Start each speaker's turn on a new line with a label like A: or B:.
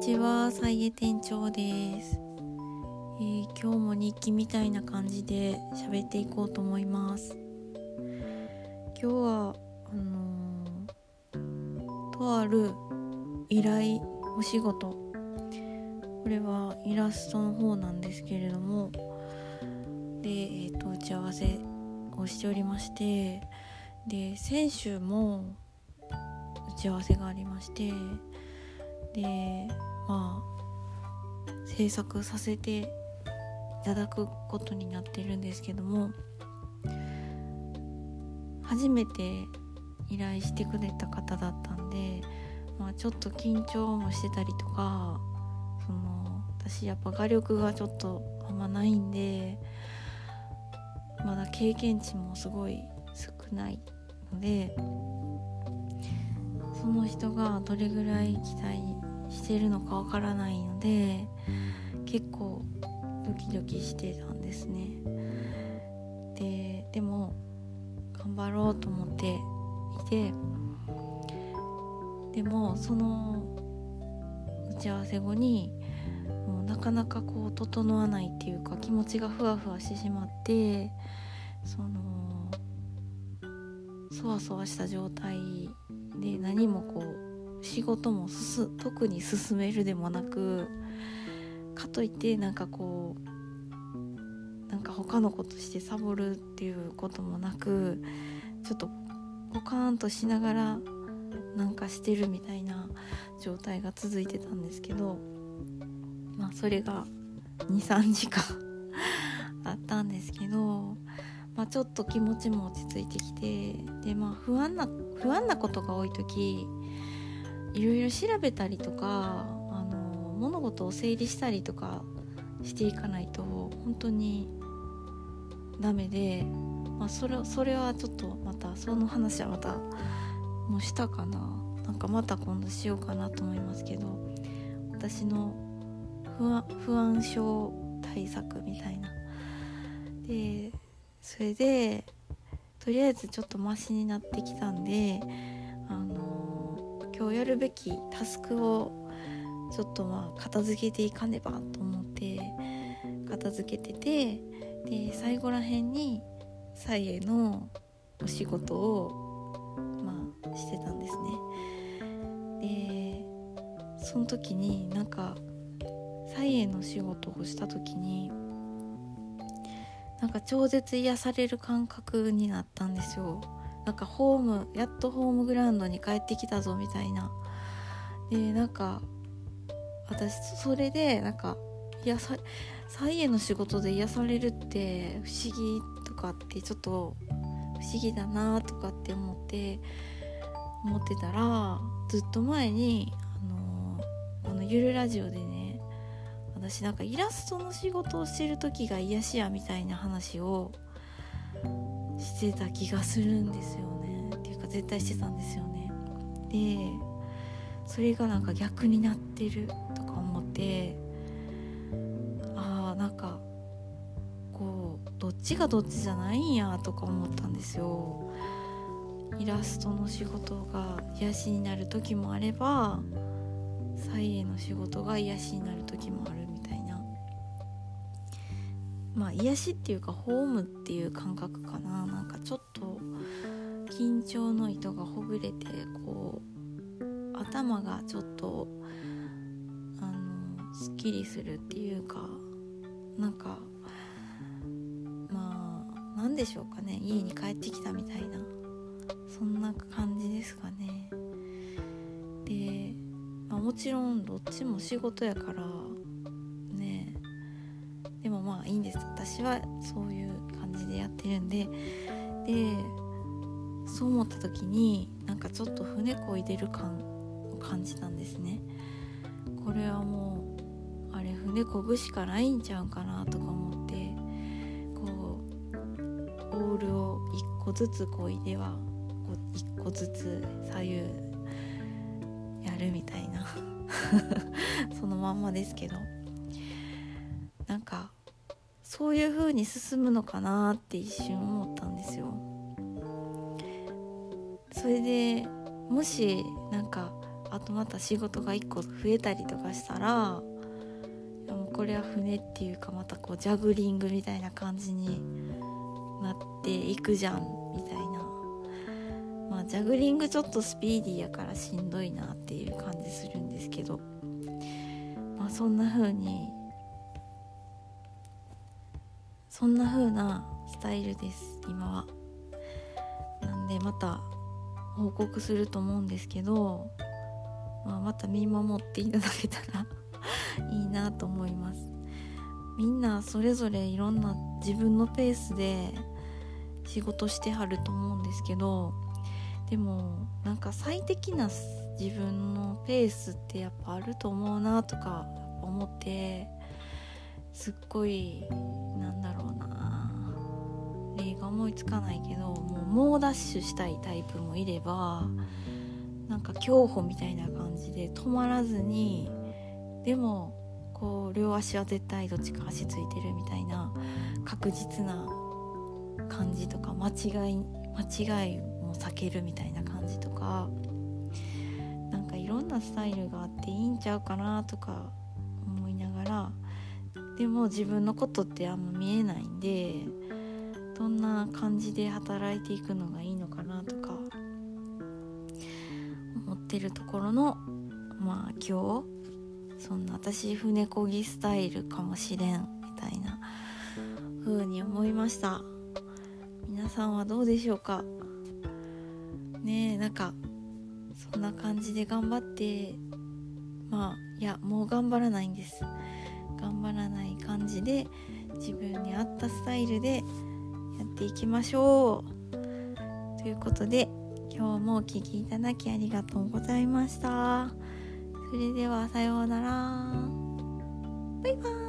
A: ちは、さいえ店長です。今日も日記みたいな感じで喋っていこうと思います。今日はとある依頼お仕事、これはイラストの方なんですけれども、で、打ち合わせをしておりまして、で先週も打ち合わせがありまして、で制作させていただくことになってるんですけども、初めて依頼してくれた方だったんで、ちょっと緊張もしてたりとか、私やっぱ画力がちょっとあんまないんで、まだ経験値もすごい少ないので、その人がどれぐらい期待してるのかわからないので、結構ドキドキしてたんですね。でも頑張ろうと思っていて、でもその打ち合わせ後にもうなかなか整わないっていうか、気持ちがふわふわしてしまって、そわそわした状態で、何も仕事も特に進めるでもなく、かといってなんか他のことしてサボるっていうこともなく、ちょっとポカーンとしながらなんかしてるみたいな状態が続いてたんですけど、それが 2,3 時間あったんですけど、ちょっと気持ちも落ち着いてきて、で不安なことが多い時、いろいろ調べたりとか、物事を整理したりとかしていかないと本当にダメで、それはちょっとまたその話はまたもうしたかな、また今度しようかなと思いますけど、私の不安症対策みたいなで、それでとりあえずちょっとマシになってきたんで、今日やるべきタスクをちょっと片付けていかねばと思って片付けてて、で最後らへんにサイエのお仕事をしてたんですね。でその時にサイエの仕事をした時に超絶癒される感覚になったんですよ。やっとホームグラウンドに帰ってきたぞみたいな。で私それでサイエの仕事で癒されるって不思議とかってちょっと不思議だなとかって思ってたら、ずっと前にこのゆるラジオでね、私イラストの仕事をしてる時が癒しやみたいな話をしてた気がするんですよね。っていうか絶対してたんですよね。でそれが逆になってるとか思って、どっちがどっちじゃないんやとか思ったんですよ。イラストの仕事が癒しになる時もあれば、サイエの仕事が癒しになる時もあるみたいな、癒しっていうかホームっていう感覚かな。ちょっと緊張の糸がほぐれて、頭がちょっとすっきりするっていうか、なんでしょうかね、家に帰ってきたみたいな、そんな感じですかね。で、もちろんどっちも仕事やからね、でもいいんです。私はそういう感じでやってるんで、そう思った時にちょっと船こいでる感を感じたんですね。これはもう船こぐしかないんちゃうかなとか思って、オールを1個ずつこいでは1個ずつ左右やるみたいなそのまんまですけど、そういう風に進むのかなって一瞬思ったんですよ。それでもしあとまた仕事が1個増えたりとかしたら、もうこれは船っていうかまたこうジャグリングみたいな感じになっていくじゃんみたいな。まあジャグリングちょっとスピーディーやからしんどいなっていう感じするんですけど、まあそんな風なスタイルです今は。なんでまた報告すると思うんですけど、また見守っていただけたらいいなと思います。みんなそれぞれいろんな自分のペースで仕事してはると思うんですけど、でもなんか最適な自分のペースってやっぱあると思うなとか思って、すっごいなんだろうな、例が思いつかないけど、猛ダッシュしたいタイプもいれば、なんか競歩みたいな感じで止まらずに、でもこう両足は絶対どっちか足ついてるみたいな確実な感じとか、間違いも避けるみたいな感じとか、なんかいろんなスタイルがあっていいんちゃうかなとか思いながら、でも自分のことってあんま見えないんで、どんな感じで働いていくのがいいのかなとか思ってるところの、今日そんな私船漕ぎスタイルかもしれんみたいな風に思いました。皆さんはどうでしょうかね。なんかそんな感じで頑張って、いやもう頑張らないんです。頑張らない感じで自分に合ったスタイルでやっていきましょうということで、今日もお聞きいただきありがとうございました。それではさようなら。バイバーイ。